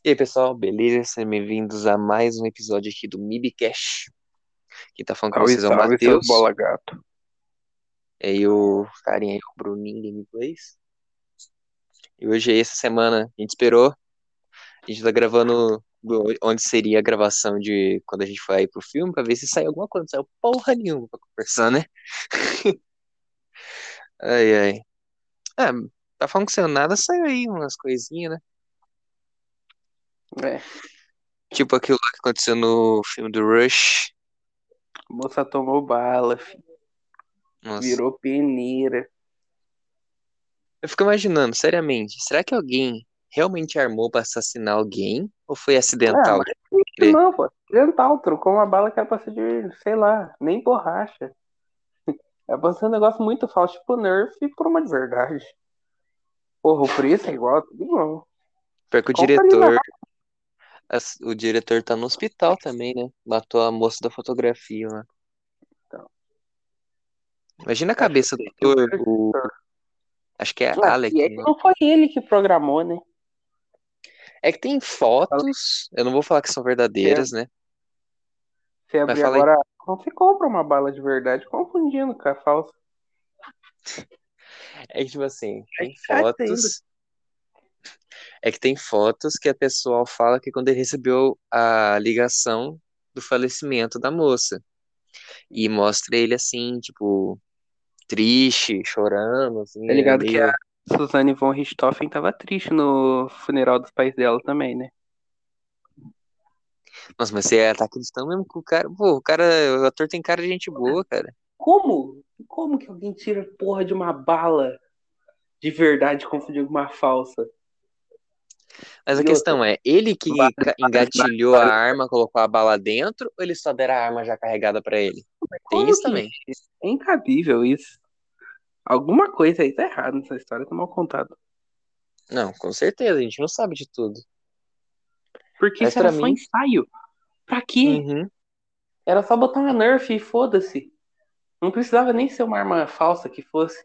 E aí, pessoal, beleza? Sejam bem-vindos a mais um episódio aqui do MIBcast. Quem tá falando com Salve, vocês é o salve, seus Matheus. bola gato. E aí, o carinha aí, o Bruninho Gameplays. E hoje, essa semana, a gente esperou. A gente tá gravando onde seria a gravação de quando a gente for aí pro filme, pra ver se saiu alguma coisa. Não saiu porra nenhuma pra conversar, né? Ai, ai. Ah, tá falando que saiu nada, saiu aí umas coisinhas, né? É, Tipo aquilo lá que aconteceu no filme do Rush. a moça tomou bala, Nossa. virou peneira. Eu fico imaginando, seriamente, será que alguém realmente armou pra assassinar alguém? Ou foi Ah, acidental? mas Tipo, isso querer? não, pô. Dental, trocou uma bala que era pra ser de, sei lá, nem borracha. É pra ser um negócio muito falso, tipo Nerf por uma de verdade. Porra, o preço é igual, tudo igual. Pior que Compra ali na o diretor tá no hospital também, né? Matou a moça da fotografia lá. Então, Imagina a acho cabeça do que ator, acho que é ah, se Alec, é que não. não foi ele que programou, né? É que tem fotos, eu não vou falar que são Se verdadeiras, né? você Mas abrir fala aí. agora, não se compra uma bala de verdade confundindo com a falsa. É que, tipo assim, É tem grátis ainda. fotos. É que tem fotos que a pessoa fala que quando ele recebeu a ligação do falecimento da moça. E mostra ele assim, tipo, triste, chorando, assim, Tá é ligado que a meio. Suzane von Richthofen tava triste no funeral dos pais dela também, né? Nossa, mas você tá acreditando mesmo que o cara. Pô, o ator tem cara de gente boa, cara. Como? Como que alguém tira porra de uma bala de verdade e confundir com uma falsa? Mas a E outra, questão é, ele que vários, vários, vários, engatilhou a vários. arma, colocou a bala dentro, ou eles só deram a arma já carregada pra ele? Tem Como isso que também. é incabível isso? Alguma coisa aí tá errada nessa história, tá mal contado. Não, com certeza, a gente não sabe de tudo. Porque Mas isso era pra só mim. ensaio. Pra quê? Uhum. Era só botar uma Nerf e foda-se. Não precisava nem ser uma arma falsa que fosse.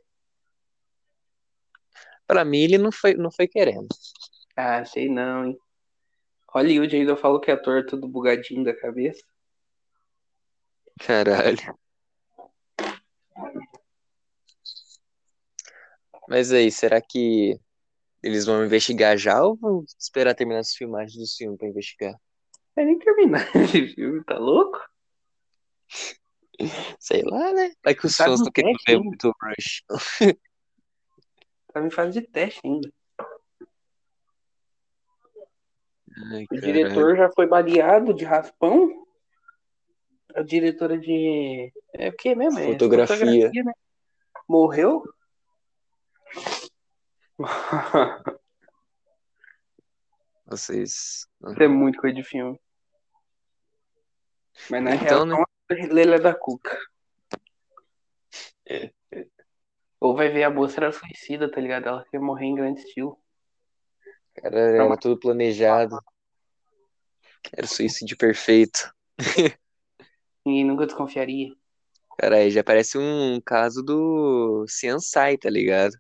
Pra mim, ele não foi querendo. Ah, sei não, hein? Hollywood ainda falou que é ator tudo bugadinho da cabeça. Caralho. Mas aí, será que eles vão investigar já ou vão esperar terminar as filmagens do filme pra investigar? Vai nem terminar esse filme, tá louco? Sei lá, né? Vai que os Tá fãs em estão querendo teste ver ainda. muito Rush. Tá em fase de teste ainda. Ai, O caralho. diretor já foi baleado de raspão. A diretora de. É o que mesmo? É Fotografia. fotografia, né? Morreu? Vocês. Isso é muito coisa de filme. Mas na real, Então, é né? uma Lelé da Cuca. Ou vai ver a moça era suicida, tá ligado? Ela quer morrer em grande estilo. Cara, Pra era uma... tudo planejado. Era o suicídio perfeito. Ninguém nunca desconfiaria. Cara, aí já parece um caso do CSI, tá ligado?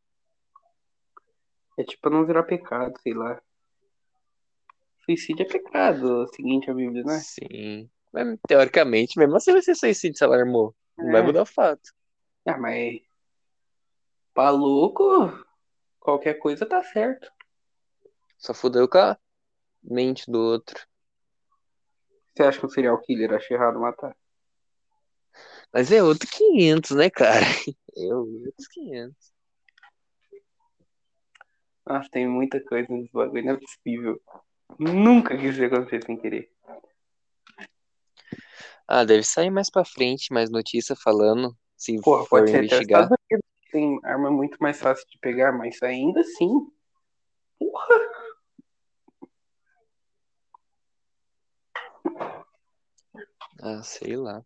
É tipo pra não virar pecado, sei lá. Suicídio é pecado, seguinte a Bíblia, né? Sim. Mas, teoricamente, mesmo assim vai ser suicídio se ela armou. Não vai É. mudar o fato. Ah, mas pra louco, qualquer coisa tá certo. Só fudeu com a mente do outro. Você acha que um serial killer acha errado matar? Mas é outro 500, né, cara? É outros 500. Nossa, tem muita coisa nesse bagulho, não é possível. Nunca quis isso acontecer sem querer. Ah, deve sair mais pra frente, mais notícia falando, se Porra, for pode ser até os investigar. Estados Unidos, que tem arma muito mais fácil de pegar, mas ainda assim, porra. Ah, sei lá.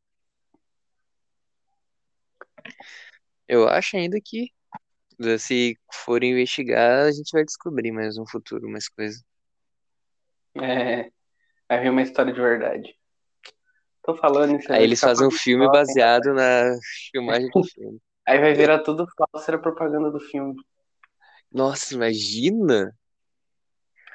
Eu acho ainda que se for investigar, a gente vai descobrir mais no futuro mais coisa. É, aí vem uma história de verdade. Tô falando, isso Aí vai eles ficar fazem pra um filme jovem, baseado rapaz. na filmagem do filme. Aí vai virar tudo falso, era propaganda do filme. Nossa, imagina!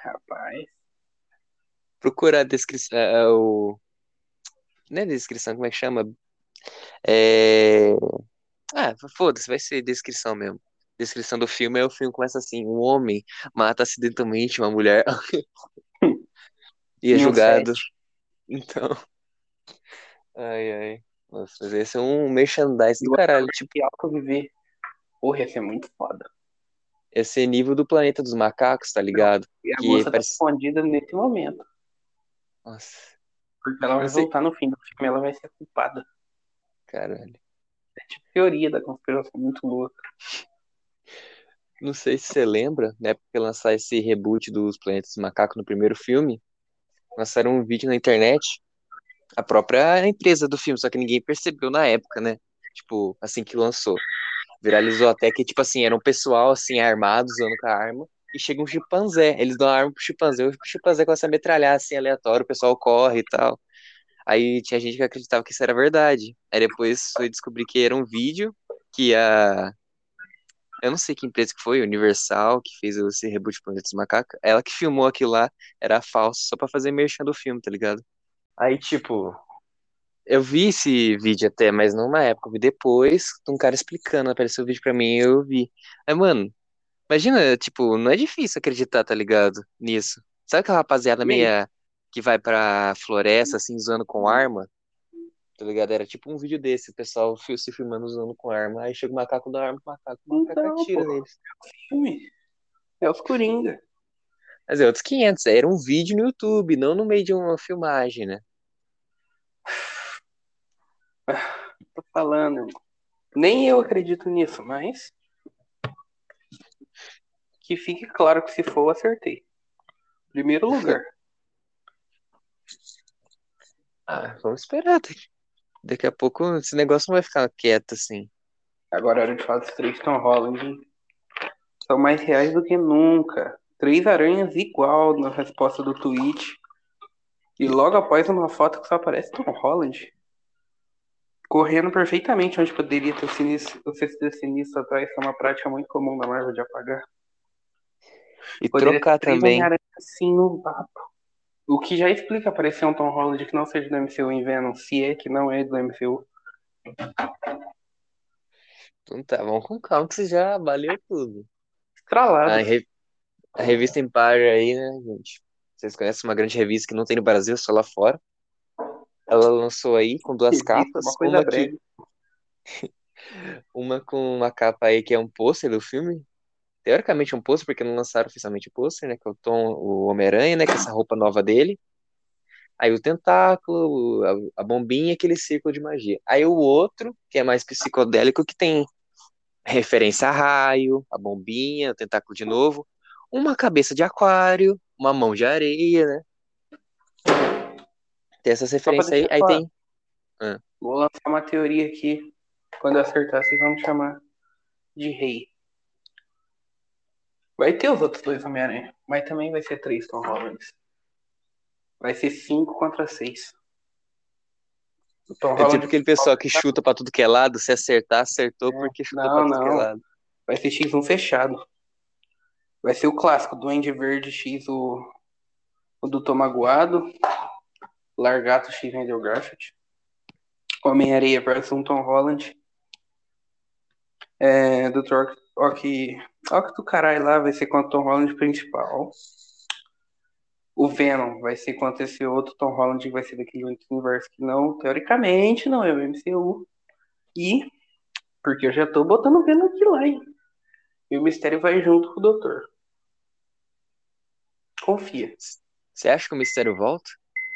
Rapaz, Procura a descrição, não é descrição, como é que chama? É... Ah, foda-se, vai ser descrição mesmo. Descrição do filme, aí o filme começa assim, um homem mata acidentalmente uma mulher e é em um set. julgado. Então, ai, ai. Nossa, mas esse é um merchandise E do o ator caralho. vai Tipo, ter que viver. Porra, ia ser muito foda. esse é nível do Planeta dos Macacos, tá Não. ligado? E a Que moça tá parece. escondida nesse momento. Nossa, Porque ela não vai sei. voltar no fim do filme, ela vai ser culpada. Caralho. É tipo teoria da conspiração muito louca. Não sei se você lembra, na época que lançar esse reboot dos Planetas dos Macacos no primeiro filme, lançaram um vídeo na internet, a própria empresa do filme, só que ninguém percebeu na época, né? Tipo, assim que lançou. Viralizou até que, tipo assim, era um pessoal, assim, armado, usando com a arma, e chega um chimpanzé. Eles dão a arma pro chimpanzé, o chimpanzé começa a metralhar, assim, aleatório, o pessoal corre e tal. Aí tinha gente que acreditava que isso era verdade. Aí depois foi descobrir que era um vídeo que a... Eu não sei que empresa que foi, Universal, que fez esse reboot do Planeta dos Macacos. Ela que filmou aquilo lá, era falso, só pra fazer merchan do filme, tá ligado? Aí, tipo, eu vi esse vídeo até, mas não na época, eu vi depois, um cara explicando, apareceu o vídeo pra mim e eu vi. Aí, mano, imagina, tipo, não é difícil acreditar, tá ligado? Nisso. Sabe aquela rapaziada E aí? meia que vai pra floresta, assim, zoando com arma? Tá ligado? Era tipo um vídeo desse, o pessoal se filmando usando com arma. Aí chega o macaco da arma, o macaco Então, atira pô, neles. filme. É os Coringa. Mas é outros 500, era um vídeo no YouTube, não no meio de uma filmagem, né? Tô falando, irmão. Nem eu acredito nisso, mas que fique claro que se for, eu acertei. Primeiro lugar. Ah, vamos esperar. Daqui a pouco esse negócio não vai ficar quieto assim. Agora é hora de falar dos três Tom Holland, hein? São mais reais do que nunca. Três aranhas igual na resposta do tweet. E logo após uma foto que só aparece Tom Holland. Correndo perfeitamente onde poderia ter o sexto sinistro atrás, que é uma prática muito comum da Marvel de apagar. E Poderia ter trocar três também. Homem-Aranha assim no papo. O que já explica aparecer um Tom Holland que não seja do MCU em Venom, se é que não é do MCU. Então tá, vamos com calma que você já valeu tudo. A, Estralado. re- a revista Empire aí, né, gente? Vocês conhecem uma grande revista que não tem no Brasil, só lá fora. Ela lançou aí com duas Revista, uma capas, coisa breve. uma com uma capa aí que é um pôster do filme. Teoricamente um pôster, porque não lançaram oficialmente o pôster, né? Que é o Tom, o Homem-Aranha, né? Com essa roupa nova dele. Aí o tentáculo, a bombinha e aquele círculo de magia. Aí o outro, que é mais psicodélico, que tem referência a raio, a bombinha, o tentáculo de novo, uma cabeça de aquário, uma mão de areia, né? Tem essas Só pra referências aí. deixar Aí claro, tem. Ah, vou lançar uma teoria aqui. Quando eu acertar, vocês vão me chamar de rei. Vai ter os outros dois Homem-Aranha, mas também vai ser três Tom Hollands. Vai ser 5 contra 6. O Tom é tipo Holland aquele pessoal que chuta pra tudo que é lado, se acertar, acertou porque chutou pra Não, tudo que é não. lado. Vai ser X1 fechado. Vai ser o clássico, Duende Verde X, o do Tomaguado, Largato X Andrew Garfield, Homem-Areia versus um Tom Holland, Dr. Ock do caralho lá vai ser contra o Tom Holland principal. O Venom vai ser contra esse outro Tom Holland que vai ser daquele universo que não, teoricamente, não é o MCU. E, porque eu já tô botando o Venom aqui lá, hein? E o Mistério vai junto com o Doutor. Confia. Você acha que o mistério volta?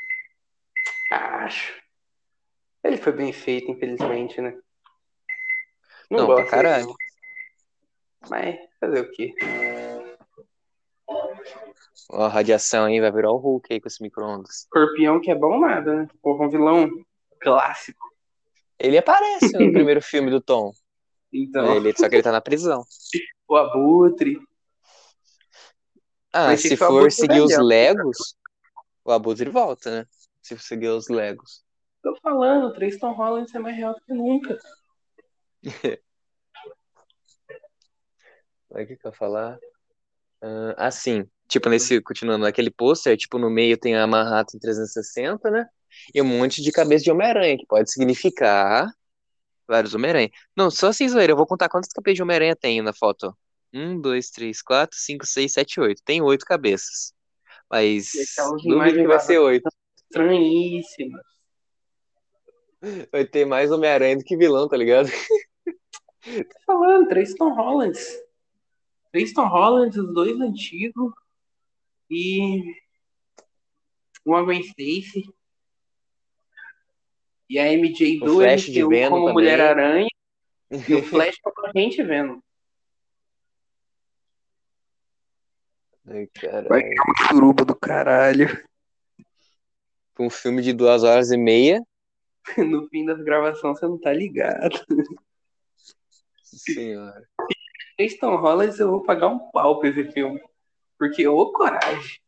Acho. Ele foi bem feito, infelizmente, né? Não Não, pra gosto dele, caralho. não. Mas fazer o quê? Ó, a radiação aí vai virar o Hulk aí com esse micro-ondas. Escorpião que é bom nada, né? Porra, um vilão clássico. Ele aparece no primeiro filme do Tom. Então, Só que ele tá na prisão. o Abutre. Ah, Mas tinha se que ser o for Abutre seguir os velhão. Legos, o Abutre volta, né? Se for seguir os Legos. Tô falando, três Tom Holland é mais real do que nunca. O que que eu ia falar? Sim. Tipo, continuando, aquele pôster, tipo, no meio tem a Manhattan 360, né? E um monte de cabeça de Homem-Aranha, que pode significar vários Homem-Aranha. Não, só assim, zoeira, eu vou contar quantas cabeças de Homem-Aranha tem na foto. Um, dois, três, quatro, cinco, seis, sete, oito. Tem 8 cabeças. E Mas aquelas duvido imagens que vai vazadas ser 8. estranhíssimas. Vai ter mais Homem-Aranha do que vilão, tá ligado? Tô falando, três Tom Hollands. Três Tom Hollands, os dois antigos. E uma Gwen Stacy. E a MJ Um do Flash de MCU Venom como também. Mulher-Aranha. E o Flash com a gente vendo. Ai, Vai caralho. ficar uma suruba do caralho. Um filme de 2 horas e meia. No fim das gravações você não tá ligado. Senhora. Três Tom Hollands eu vou pagar um pau pra esse filme. Porque, ô coragem.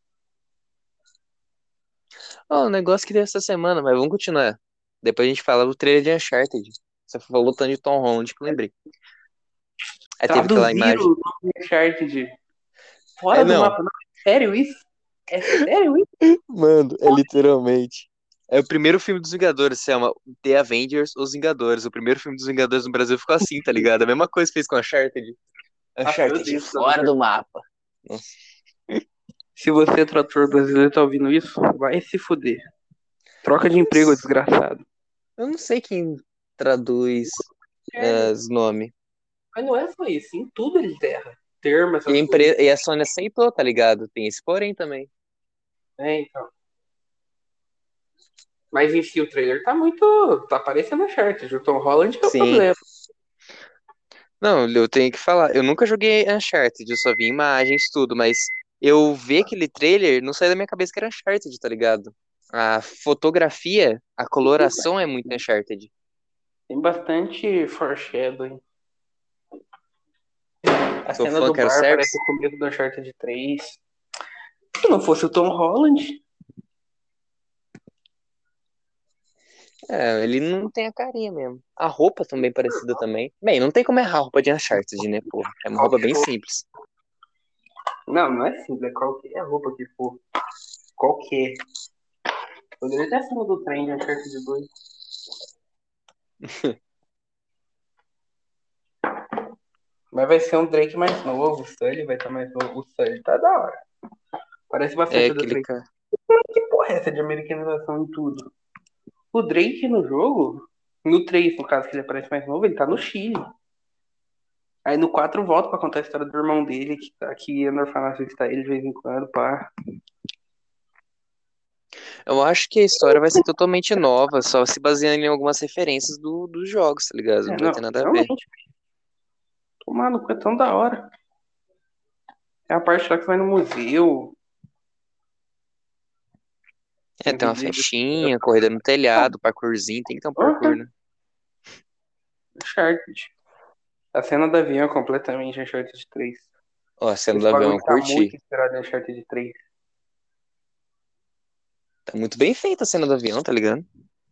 Ó, um negócio que deu essa semana, mas vamos continuar. Depois a gente fala do trailer de Uncharted. Você falou tanto de Tom Holland que eu lembrei. Aí teve aquela Traduziram imagem. o nome Uncharted É, fora do não. mapa. Não, é sério isso? É sério isso? Mano, é literalmente. É o primeiro filme dos Vingadores, se chama The Avengers, Os Vingadores. O primeiro filme dos Vingadores no Brasil ficou assim, tá ligado? A mesma coisa que fez com Uncharted. Nossa, eu Uncharted odeio fora tradutor. do mapa. Nossa. Se você é tradutor brasileiro e tá ouvindo isso, vai se fuder. Troca de Eu não, emprego, desgraçado. eu não sei quem traduz É, os nomes. mas não é só isso. Em tudo ele erra. Termo, E essas coisas. e a Sony aceitou, tá ligado? Tem esse porém também. É, então. Mas em si o trailer tá muito. Tá parecendo Uncharted. O Tom Holland que é o Sim. problema. Não, eu tenho que falar. Eu nunca joguei Uncharted, eu só vi imagens, tudo, mas eu vi aquele trailer, não saiu da minha cabeça que era Uncharted, tá ligado? A fotografia, a coloração é muito Uncharted. Tem bastante foreshadowing. A Sou cena fã, do quero bar parece service. o começo do Uncharted 3. Se não fosse o Tom Holland, É, ele não tem a carinha mesmo. A roupa também é parecida também. Bem, não tem como errar a roupa de Uncharted, né, porra? É uma qual roupa que bem for. simples. Não, não é simples, é qualquer roupa que for. Qualquer. Poderia ter a cena do trem de Uncharted 2. Mas vai ser um Drake mais novo, o Sully vai estar mais novo. O Sully tá da hora. Parece É bastante o do aquele trem. cara. Que porra é essa de americanização em tudo? O Drake no jogo, no 3 no caso que ele aparece mais novo, ele tá no Chile. Aí no 4 volta pra contar a história do irmão dele, que tá aqui no orfanato que está ele de vez em quando, pá. Eu acho que a história vai ser totalmente nova, só se baseando em algumas referências dos jogos, tá ligado? É, Não vai não, ter nada a ver. realmente, tomar no cu é tão da hora. É a parte lá que vai no museu, É, tem tem uma vídeo. festinha, corrida no telhado, parkourzinho, tem que ter um parkour, Porra, né? Uncharted. A cena do avião é completamente Uncharted 3. Ó, a cena do Esse avião, bagulho eu tá curti. muito inspirado em Uncharted 3. Tá muito bem feita a cena do avião, tá ligado?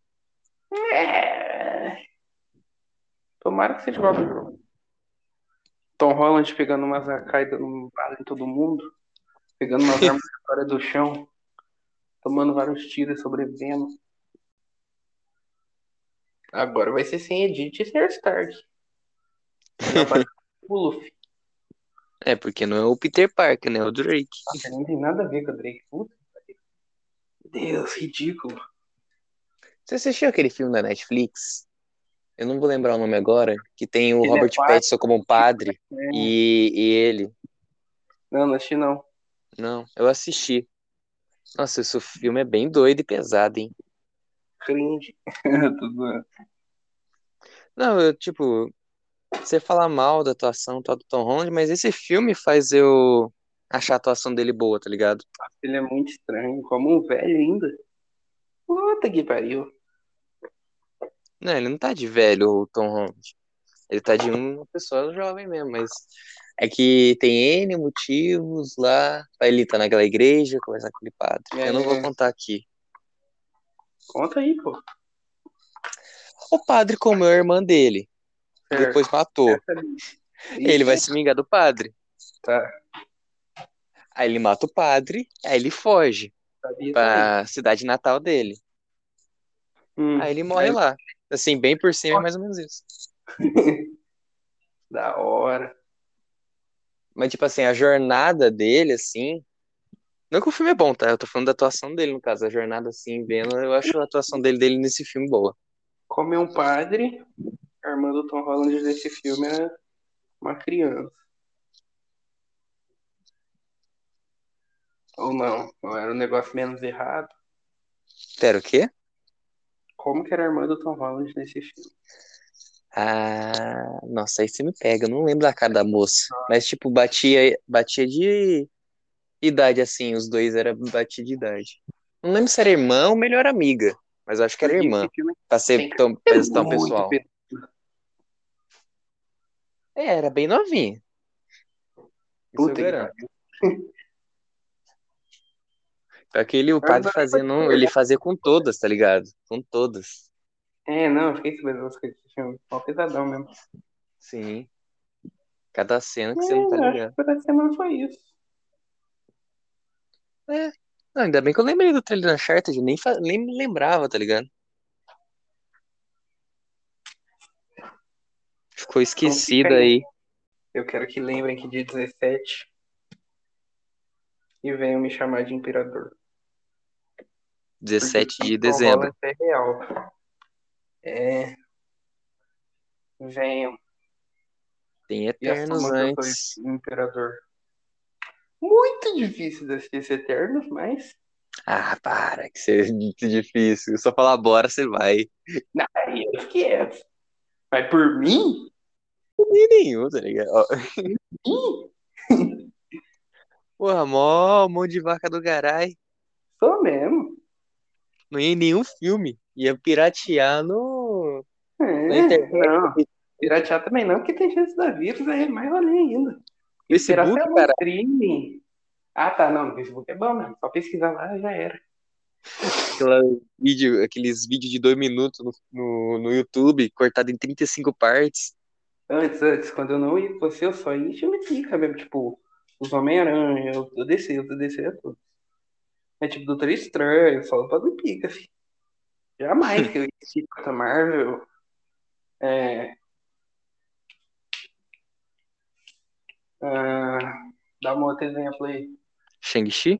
É... Tomara que seja igual do jogo. Tom Holland pegando umas AK e dando um bala em todo mundo. Pegando umas armas fora do chão. Tomando vários tiros e sobrevivendo. Agora vai ser sem Edith e Sr. Stark. Aí não aparece o Luffy. É, porque não é o Peter Parker, né? É o Drake. Nossa, não tem nada a ver com o Drake. Puta, Deus, ridículo. Você assistiu aquele filme da Netflix? Eu não vou lembrar o nome agora, que tem o Ele é Robert pai, Pattinson como um tipo, padre né? e ele. Não, não assisti não. Não, eu assisti. Nossa, esse filme é bem doido e pesado, hein? Cringe. Tô zoando. Não, eu, tipo, você fala mal da atuação tal do Tom Holland, mas esse filme faz eu achar a atuação dele boa, tá ligado? Ele é muito estranho, como um velho ainda. Puta que pariu. Não, ele não tá de velho, o Tom Holland. Ele tá de uma pessoa jovem mesmo, mas é que tem N motivos lá pra ele estar naquela igreja, conversar com aquele padre. Eu não vou É, contar aqui. conta aí, pô. O padre comeu a irmã dele e Certo. depois matou. Essa ali. Ele vai Ixi, se vingar do padre. tá. Aí ele mata o padre, aí ele foge Sabia também. pra cidade natal dele. Aí ele morre Aí, lá. Assim, bem por cima, é mais ou menos isso. da hora. Mas, tipo assim, a jornada dele, assim. Não que o filme é bom, tá? Eu tô falando da atuação dele, no caso. A jornada, assim, vendo, eu acho a atuação dele nesse filme boa. Como é um padre, Armando Tom Holland nesse filme era uma criança. Ou não? Ou era um negócio menos errado? Pera, o quê? Como que era Armando Tom Holland nesse filme? Ah, nossa, aí você me pega. Eu não lembro da cara da moça. Mas, tipo, batia de idade, assim. Os dois era batia de idade. Não lembro se era irmã ou melhor amiga. Mas eu acho que era Porque irmã. esse filme Pra ser tem que ser tão muito pessoal. É, era bem novinha. Isso eu puta que garanto. pariu. Aquele, o padre Armando fazia, não, ele fazia com todas, tá ligado? Com todas. É, não, eu fiquei sabendo das coisas desse filme. Mó pesadão mesmo. Sim. Cada cena que você não tá É, acho que ligado. por essa semana foi isso. É. Não, ainda bem que eu lembrei do trailer da Uncharted, eu nem me lembrava, tá ligado? Ficou Então fica esquecido aí. aí. Eu quero que lembrem que dia 17 e venham me chamar de imperador. Porque 17 de Tom dezembro. Holland é real. É, venham Tem e Eternos assumam que eu sou antes. o imperador. Muito difícil de assistir esse Eternos, mas. Ah, para, que isso é muito difícil. Só falar bora, você vai. Aí eu esqueço. Mas por mim? Nem nenhum, tá ligado? Ó, Ih, porra, mó de vaca do garai. sou mesmo. Não ia em nenhum filme. Ia piratear na É, internet. não. Piratear também não, porque tem chance da vírus, aí é mais rolê ainda. Esperar Facebook, sair no cara. streaming. Ah, tá, não. No Facebook é bom mesmo. Só pesquisar lá já era. Aqueles vídeos de 2 minutos no YouTube, cortado em 35 partes. Antes, quando eu não ia com você, eu só ia em filme pica mesmo. Tipo, os Homem-Aranha, eu descia tudo. É tipo Doutor Estranho, só pra do pica, assim. Jamais que eu ia assistir Capitã Marvel. É, dá uma outra exemplo aí. Shang-Chi?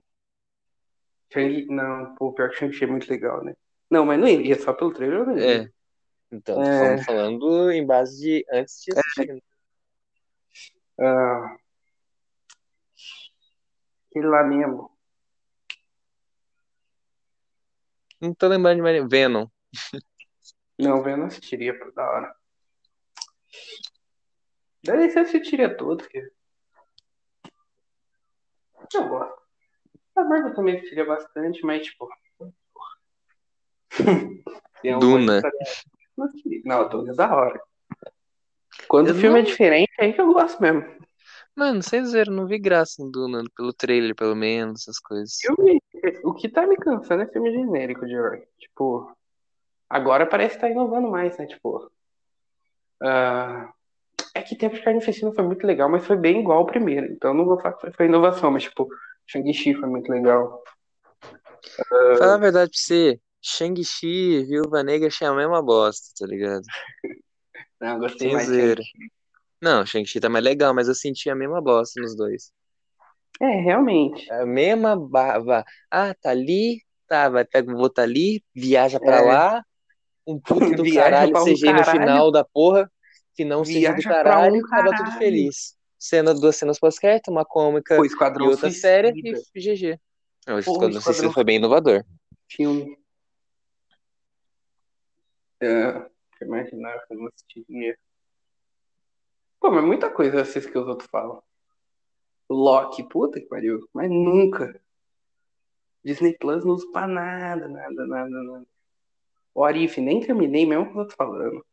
Não, pô, pior que Shang-Chi é muito legal, né? Não, mas não iria, só pelo trailer eu não iria. É. Então, tô É, falando em base de antes de assistir, né? ah, aquele lá mesmo. Não tô lembrando de mais. Venom. Não, eu não assistiria, por da hora. Daí você assistiria todo, filho. Eu gosto. A Marvel também assistiria bastante, mas, tipo, tem algumas Duna. histórias que eu não assistiria. Não, todo é da hora. Quando o Eu filme é não. diferente, é aí que eu gosto mesmo. Mano, vocês viram, não vi graça em Duna, pelo trailer, pelo menos, essas coisas. Filme, o que tá me cansando é filme genérico de herói. Tipo, agora parece que tá inovando mais, né? Tipo, ah, é que Tempo de Carnificina foi muito legal, mas foi bem igual ao primeiro. Então não vou falar que foi inovação, mas tipo, Shang-Chi foi muito legal. Falar a verdade pra você, Shang-Chi, Viúva Negra, achei a mesma bosta, tá ligado? Não, eu gostei Sem mais de zoeira. Shang-Chi. Não, Shang-Chi tá mais legal, mas eu senti a mesma bosta nos dois. É, realmente. A mesma bava. Ah, tá ali, tá, vai, pega o outro ali, viaja pra É, lá, um puto do viaja caralho, pra um CG no final, final da porra, final CG do viaja pra um caralho, tava tudo caralho. feliz. Duas cenas pós-crédito, uma cômica Pô, e Esquadrão outra séria e Suicida. GG. Não, o Pô, Esquadrão Suicida Esquadrão foi bem Suicida. inovador. Filme. É, imaginar que eu não assistiria. Pô, mas muita coisa eu assisto que os outros falam. Loki, puta que pariu. Mas nunca. Disney Plus não uso pra nada, nada, nada, nada. O Arif, nem terminei mesmo com os outros falando.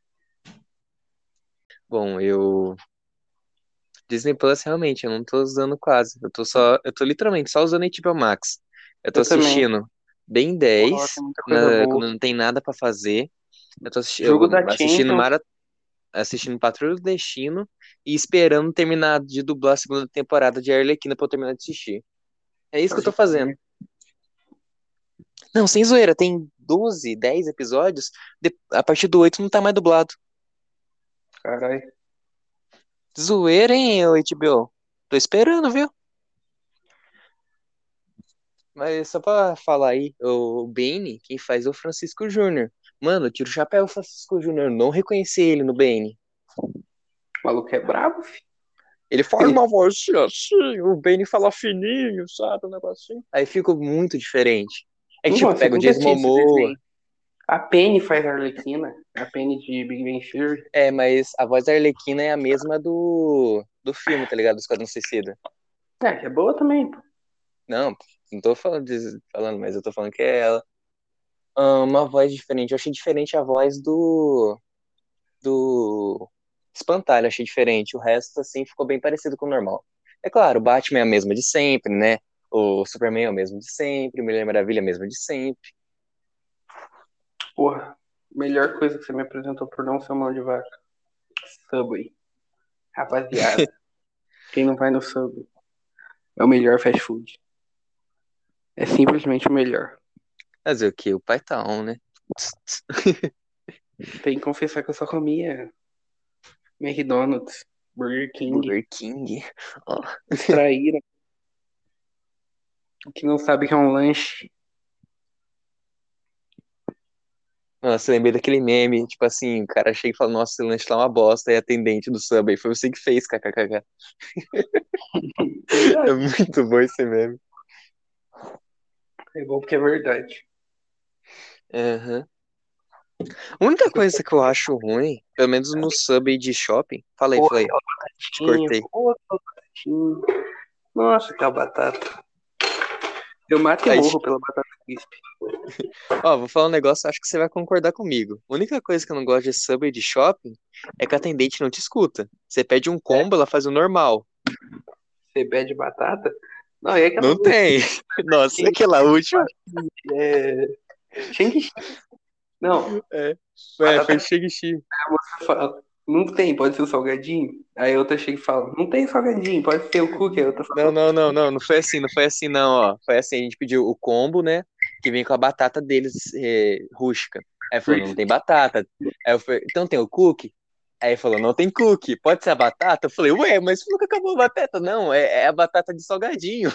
Bom, Disney Plus realmente, eu não tô usando quase. Eu tô literalmente só usando HBO Max. Eu tô Eu também. assistindo Ben Pô, 10 tem muita coisa boa. quando não tem nada pra fazer. Jogo Eu da assistindo Champions. assistindo Patrulha do Destino e esperando terminar de dublar a segunda temporada de Arlequina pra eu terminar de assistir. É isso que eu tô Pode fazendo. crer. Não, sem zoeira, tem 12, 10 episódios. A partir do 8 não tá mais dublado. Caralho. Zoeira, hein, ô HBO? Tô esperando, viu? Mas só pra falar aí, o Bane, quem faz é o Francisco Júnior. Mano, eu tiro o chapéu pro Francisco Júnior. Eu não reconheci ele no Bane. O maluco é brabo, filho. Ele faz uma voz assim, o Bane fala fininho, sabe? Um negocinho. Aí fica muito diferente. É que, Não, tipo, você pega o nunca Jason assistiu esse Momoa. desenho. A Penny faz a Arlequina. A Penny de Big Bang Theory. É, mas a voz da Arlequina é a mesma do filme, tá ligado? Do Esquadrão Suicida. É, que é boa também, pô. Não, não tô falando, mas eu tô falando que é ela. Uma voz diferente. Eu achei diferente a voz do Espantalho, achei diferente. O resto, assim, ficou bem parecido com o normal. É claro, o Batman é a mesma de sempre, né? O Superman é o mesmo de sempre, Mulher Maravilha é a mesma de sempre. Porra. Melhor coisa que você me apresentou por não ser mão de vaca. Subway. Rapaziada. Quem não vai no Subway é o melhor fast food. É simplesmente o melhor. Fazer o quê? O pai tá on, né? Tem que confessar que eu só comia McDonald's, Burger King. Burger King. Ó. Distraíram. Que não sabe que é um lanche. Nossa, eu lembrei daquele meme, tipo assim, o cara chega e fala, nossa, esse lanche tá uma bosta, e a atendente do Subway, foi você que fez, kkkk. É Verdade. muito bom esse meme. É bom porque é verdade. Aham. A única coisa que eu acho ruim, pelo menos no Subway de shopping, Porra, falei, aquela te batatinha. cortei. Porra, aquela batatinha. Nossa, aquela batata. Eu mato e Aí, morro pela batata crisp. ó, vou falar um negócio, acho que você vai concordar comigo. A única coisa que eu não gosto de Subway de shopping é que a atendente não te escuta. Você pede um É, combo, ela faz o normal. você pede batata? Não, é aquela Não última. tem. Nossa, aquela última. É... Shang-Chi. Não, É, foi batata Shang-Chi. fala. Não tem, pode ser o salgadinho. Aí a outra chega e fala, não tem salgadinho, pode ser o cookie. Aí a outra Não, fala, não, não, não, não foi assim, não foi assim, não, ó. Foi assim, a gente pediu o combo, né? Que vem com a batata deles rústica. Aí falou, não tem batata. Aí eu falei, então tem o cookie? Aí falou, não tem cookie, pode ser a batata? Eu falei, ué, mas nunca acabou a batata. Não, é a batata de salgadinho.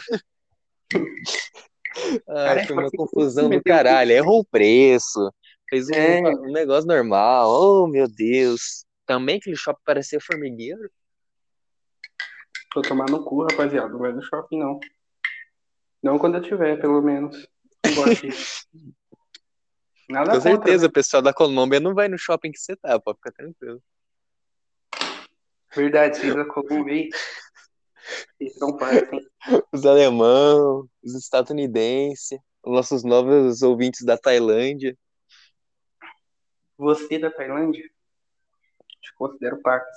Ai, cara, é foi tipo uma assim, confusão do meteu o cookie. caralho. Errou o preço, fez É, um negócio normal. Oh, meu Deus. Também aquele shopping parecia formigueiro. vou tomar no cu, rapaziada. Não vai no shopping, não. Não quando eu tiver, pelo menos. Não gosto disso. Nada Com contra, certeza, né? o pessoal da Colômbia não vai no shopping que você tá, pode ficar tranquilo. Verdade, vocês da Colômbia aí, vocês são paz, hein? Os alemão, os estadunidenses, os nossos novos ouvintes da Tailândia. Você da Tailândia, te considero pacas.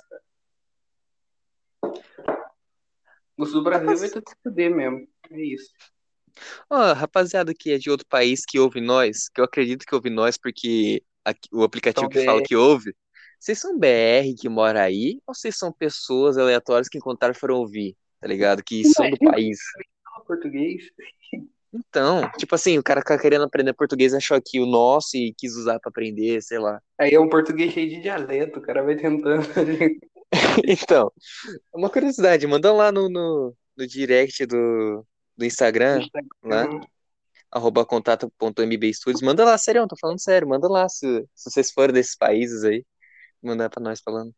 Os do Brasil vai Rapaz, tudo se fuder mesmo. É isso. ó, rapaziada que é de outro país que ouve nós, que eu acredito que ouve nós porque o aplicativo Então, que fala que ouve, vocês são BR que mora aí ou vocês são pessoas aleatórias que encontraram e foram ouvir, tá ligado? Que são do imagina, país. fala português. Então, tipo assim, o cara tá querendo aprender português, achou aqui o nosso e quis usar pra aprender, sei lá. Aí é um português cheio de dialeto, o cara vai tentando. Então, uma curiosidade, manda lá no direct do No Instagram, lá, Instagram. @contato.mbstudios. Manda lá, sério, tô falando sério, manda lá se vocês forem desses países aí, mandar pra nós falando.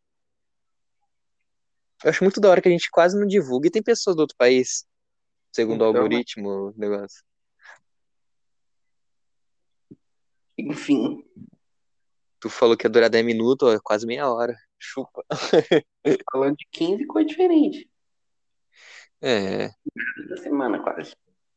Eu acho muito da hora que a gente quase não divulga e tem pessoas do outro país, segundo o Então, algoritmo, o negócio. enfim. Tu falou que ia durar 10 minutos, ó, é quase meia hora. Chupa. Falando de 15 coisa diferente. É, Da semana, quase.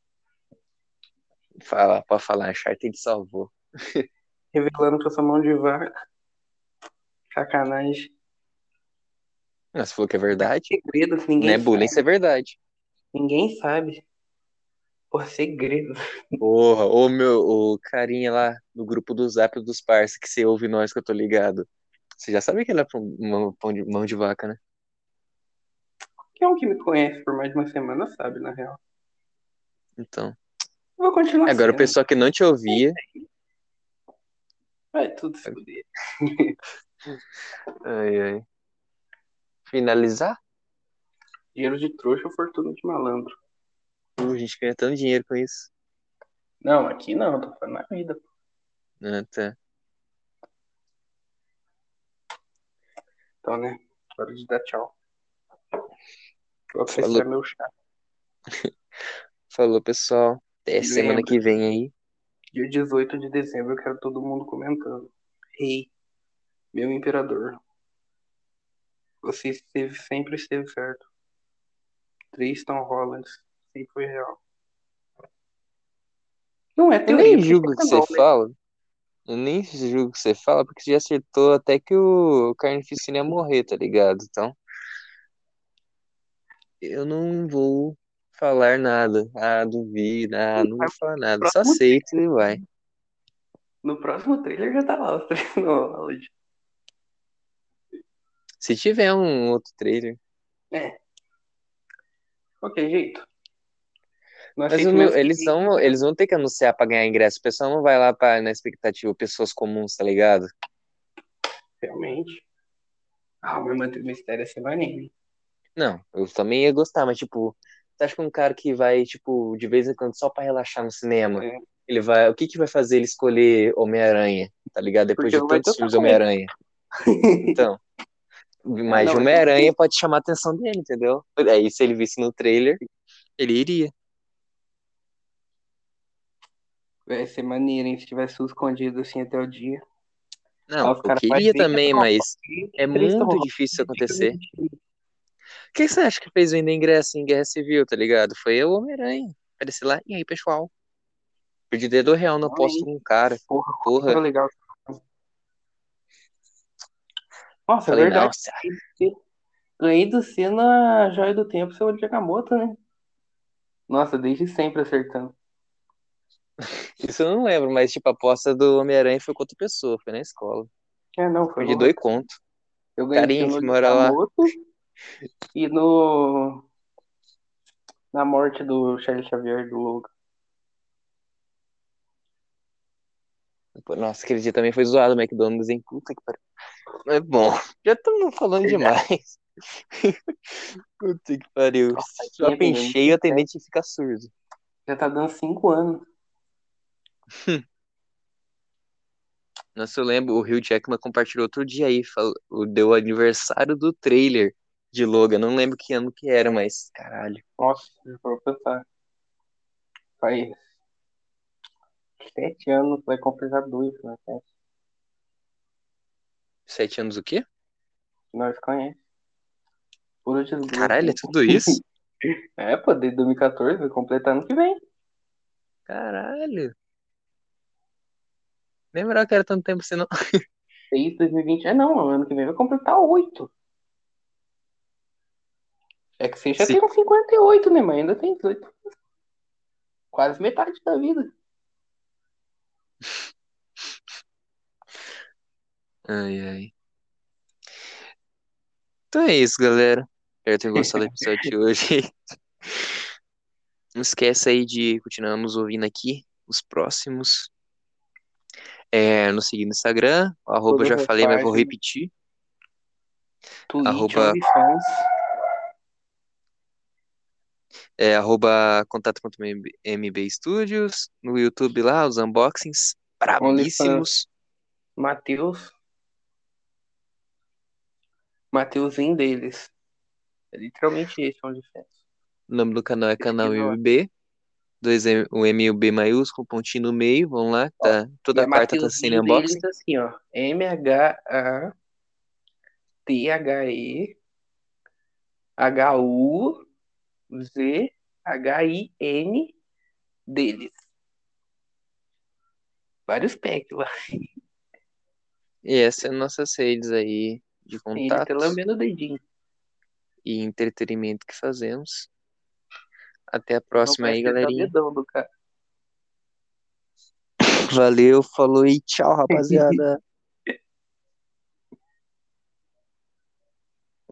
pode falar, a Charter te salvou. Revelando que eu sou mão de vaca. Sacanagem. Ah, você falou que é verdade? Segredos, Não ninguém é bullying, isso é sabe. verdade. Ninguém sabe. Por segredo. Porra, o carinha lá do grupo do Zap dos Parça, que você ouve nós que eu tô ligado. Você já sabe que ele é mão de vaca, né? Quem é um que me conhece por mais de uma semana sabe, na real. Então. Eu vou continuar Agora o sendo. pessoal que não te ouvia. Vai tudo se fuder. Ai, ai. Finalizar? Dinheiro de trouxa ou fortuna de malandro? A gente ganha tanto dinheiro com isso. Não, aqui não, tô falando na vida. Ah, tá. Então, né? Hora de dar tchau. Vou Falou, apreciar meu chá. falou, pessoal. Até E semana lembra, que vem aí. dia 18 de dezembro eu quero todo mundo comentando. Rei, meu imperador, você sempre esteve certo. Três Tom Hollands, sempre foi real. Não é Eu teoria, nem porque julgo o que sempre é você não, né? fala. Eu nem julgo o que você fala, porque você já acertou até que o Carnificina ia morrer, tá ligado? Então, eu não vou falar nada. Ah, duvido. Ah, não vou falar nada. Só Próximo, aceito e vai. no próximo trailer já tá lá os três Tom Hollands. Se tiver um outro trailer. É, qualquer jeito. Não Mas aceito menos que eles vão ter que anunciar pra ganhar ingresso. O pessoal não vai lá na expectativa, pessoas comuns, tá ligado? realmente. Ah, o meu mistério é ser maneiro. Não, eu também ia gostar, mas tipo, você acha que um cara que vai, tipo, de vez em quando só pra relaxar no cinema, É, ele vai, o que que vai fazer ele escolher Homem-Aranha, tá ligado? Depois porque de não vai ter tantos outra filmes de coisa. Homem-Aranha. Então, Ah, mais de não, vai ter outra Homem-Aranha coisa. pode chamar a atenção dele, entendeu? Aí se ele visse no trailer, ele iria. Vai ser maneiro, hein? Se tivesse escondido assim até o dia. Aí Não, os eu caras vão queria ver que é também, tão mas é três tão muito rolando. difícil isso Fica acontecer. mentindo. O que você acha que fez vender ingresso em Guerra Civil, tá ligado? Foi o Homem-Aranha. Apareci lá, e aí, pessoal? Perdi dedo real, não posto Realmente. com um cara. Porra, como que era Porra, legal. Nossa, é falei, verdade. nossa, Ganhei do Senna a Joia do Tempo, seu olho de Agamotto, né? Nossa, desde sempre acertando. isso eu não lembro, mas tipo, a aposta do Homem-Aranha foi com outra pessoa, foi na escola. É, não, foi Perdi dois louco. contos. Eu ganhei do Carinha Senna no que olho de mora lá. Agamotto e no... na morte do Charles Xavier do Logan. Pô, nossa, aquele dia também foi zoado o McDonald's, hein? Puta que pariu. Mas bom, já estamos falando Verdade. demais. Puta que pariu. Nossa, aqui é Papo em bem, cheio, a atendente fica surdo. já tá dando 5 anos. Nossa, eu lembro, o Hugh Jackman compartilhou outro dia aí, deu o aniversário do trailer de Logan. Não lembro que ano que era, mas caralho. Nossa, já vou pensar. Faz 7 anos, vai completar 2, né? Sete anos o quê? Nós conhecemos. Puro desgosto, Caralho, é hein? tudo isso? É, pô, desde 2014, vai completar ano que vem. Caralho. Nem lembrava que era tanto tempo assim, não. Desde 2020. É, não, ano que vem vai completar 8. É que você já Sim. tem uns 58, né, mas ainda tem 18. Quase metade da vida. Ai, ai. Então é isso, galera. Espero ter gostado do episódio de hoje. Não esquece aí de continuarmos ouvindo aqui os próximos. Nos seguir no Instagram. O arroba eu Todas já as falei, mas vou páginas. repetir. Twitch, Arroba, OnlyFans, arroba contato.mb Studios. No YouTube lá, os unboxings OnlyFans, brabíssimos. Matheus. Mateuzinho deles. É literalmente esse OnlyFans. O nome do canal é canal Pesquisa lá. MB. O M e o B maiúsculo, pontinho no meio. Vamos lá, Ó, tá. e Toda é quarta tá sendo Mateuzinho deles unboxing. assim, ó. MHATHEHUZHIN deles. Vários packs lá. E essa é nossas redes aí de Ele tá contato lambendo o dedinho. e entretenimento que fazemos. Até a Não próxima vai aí, acertar o galerinha. dedão do cara. Valeu, falou e tchau, rapaziada.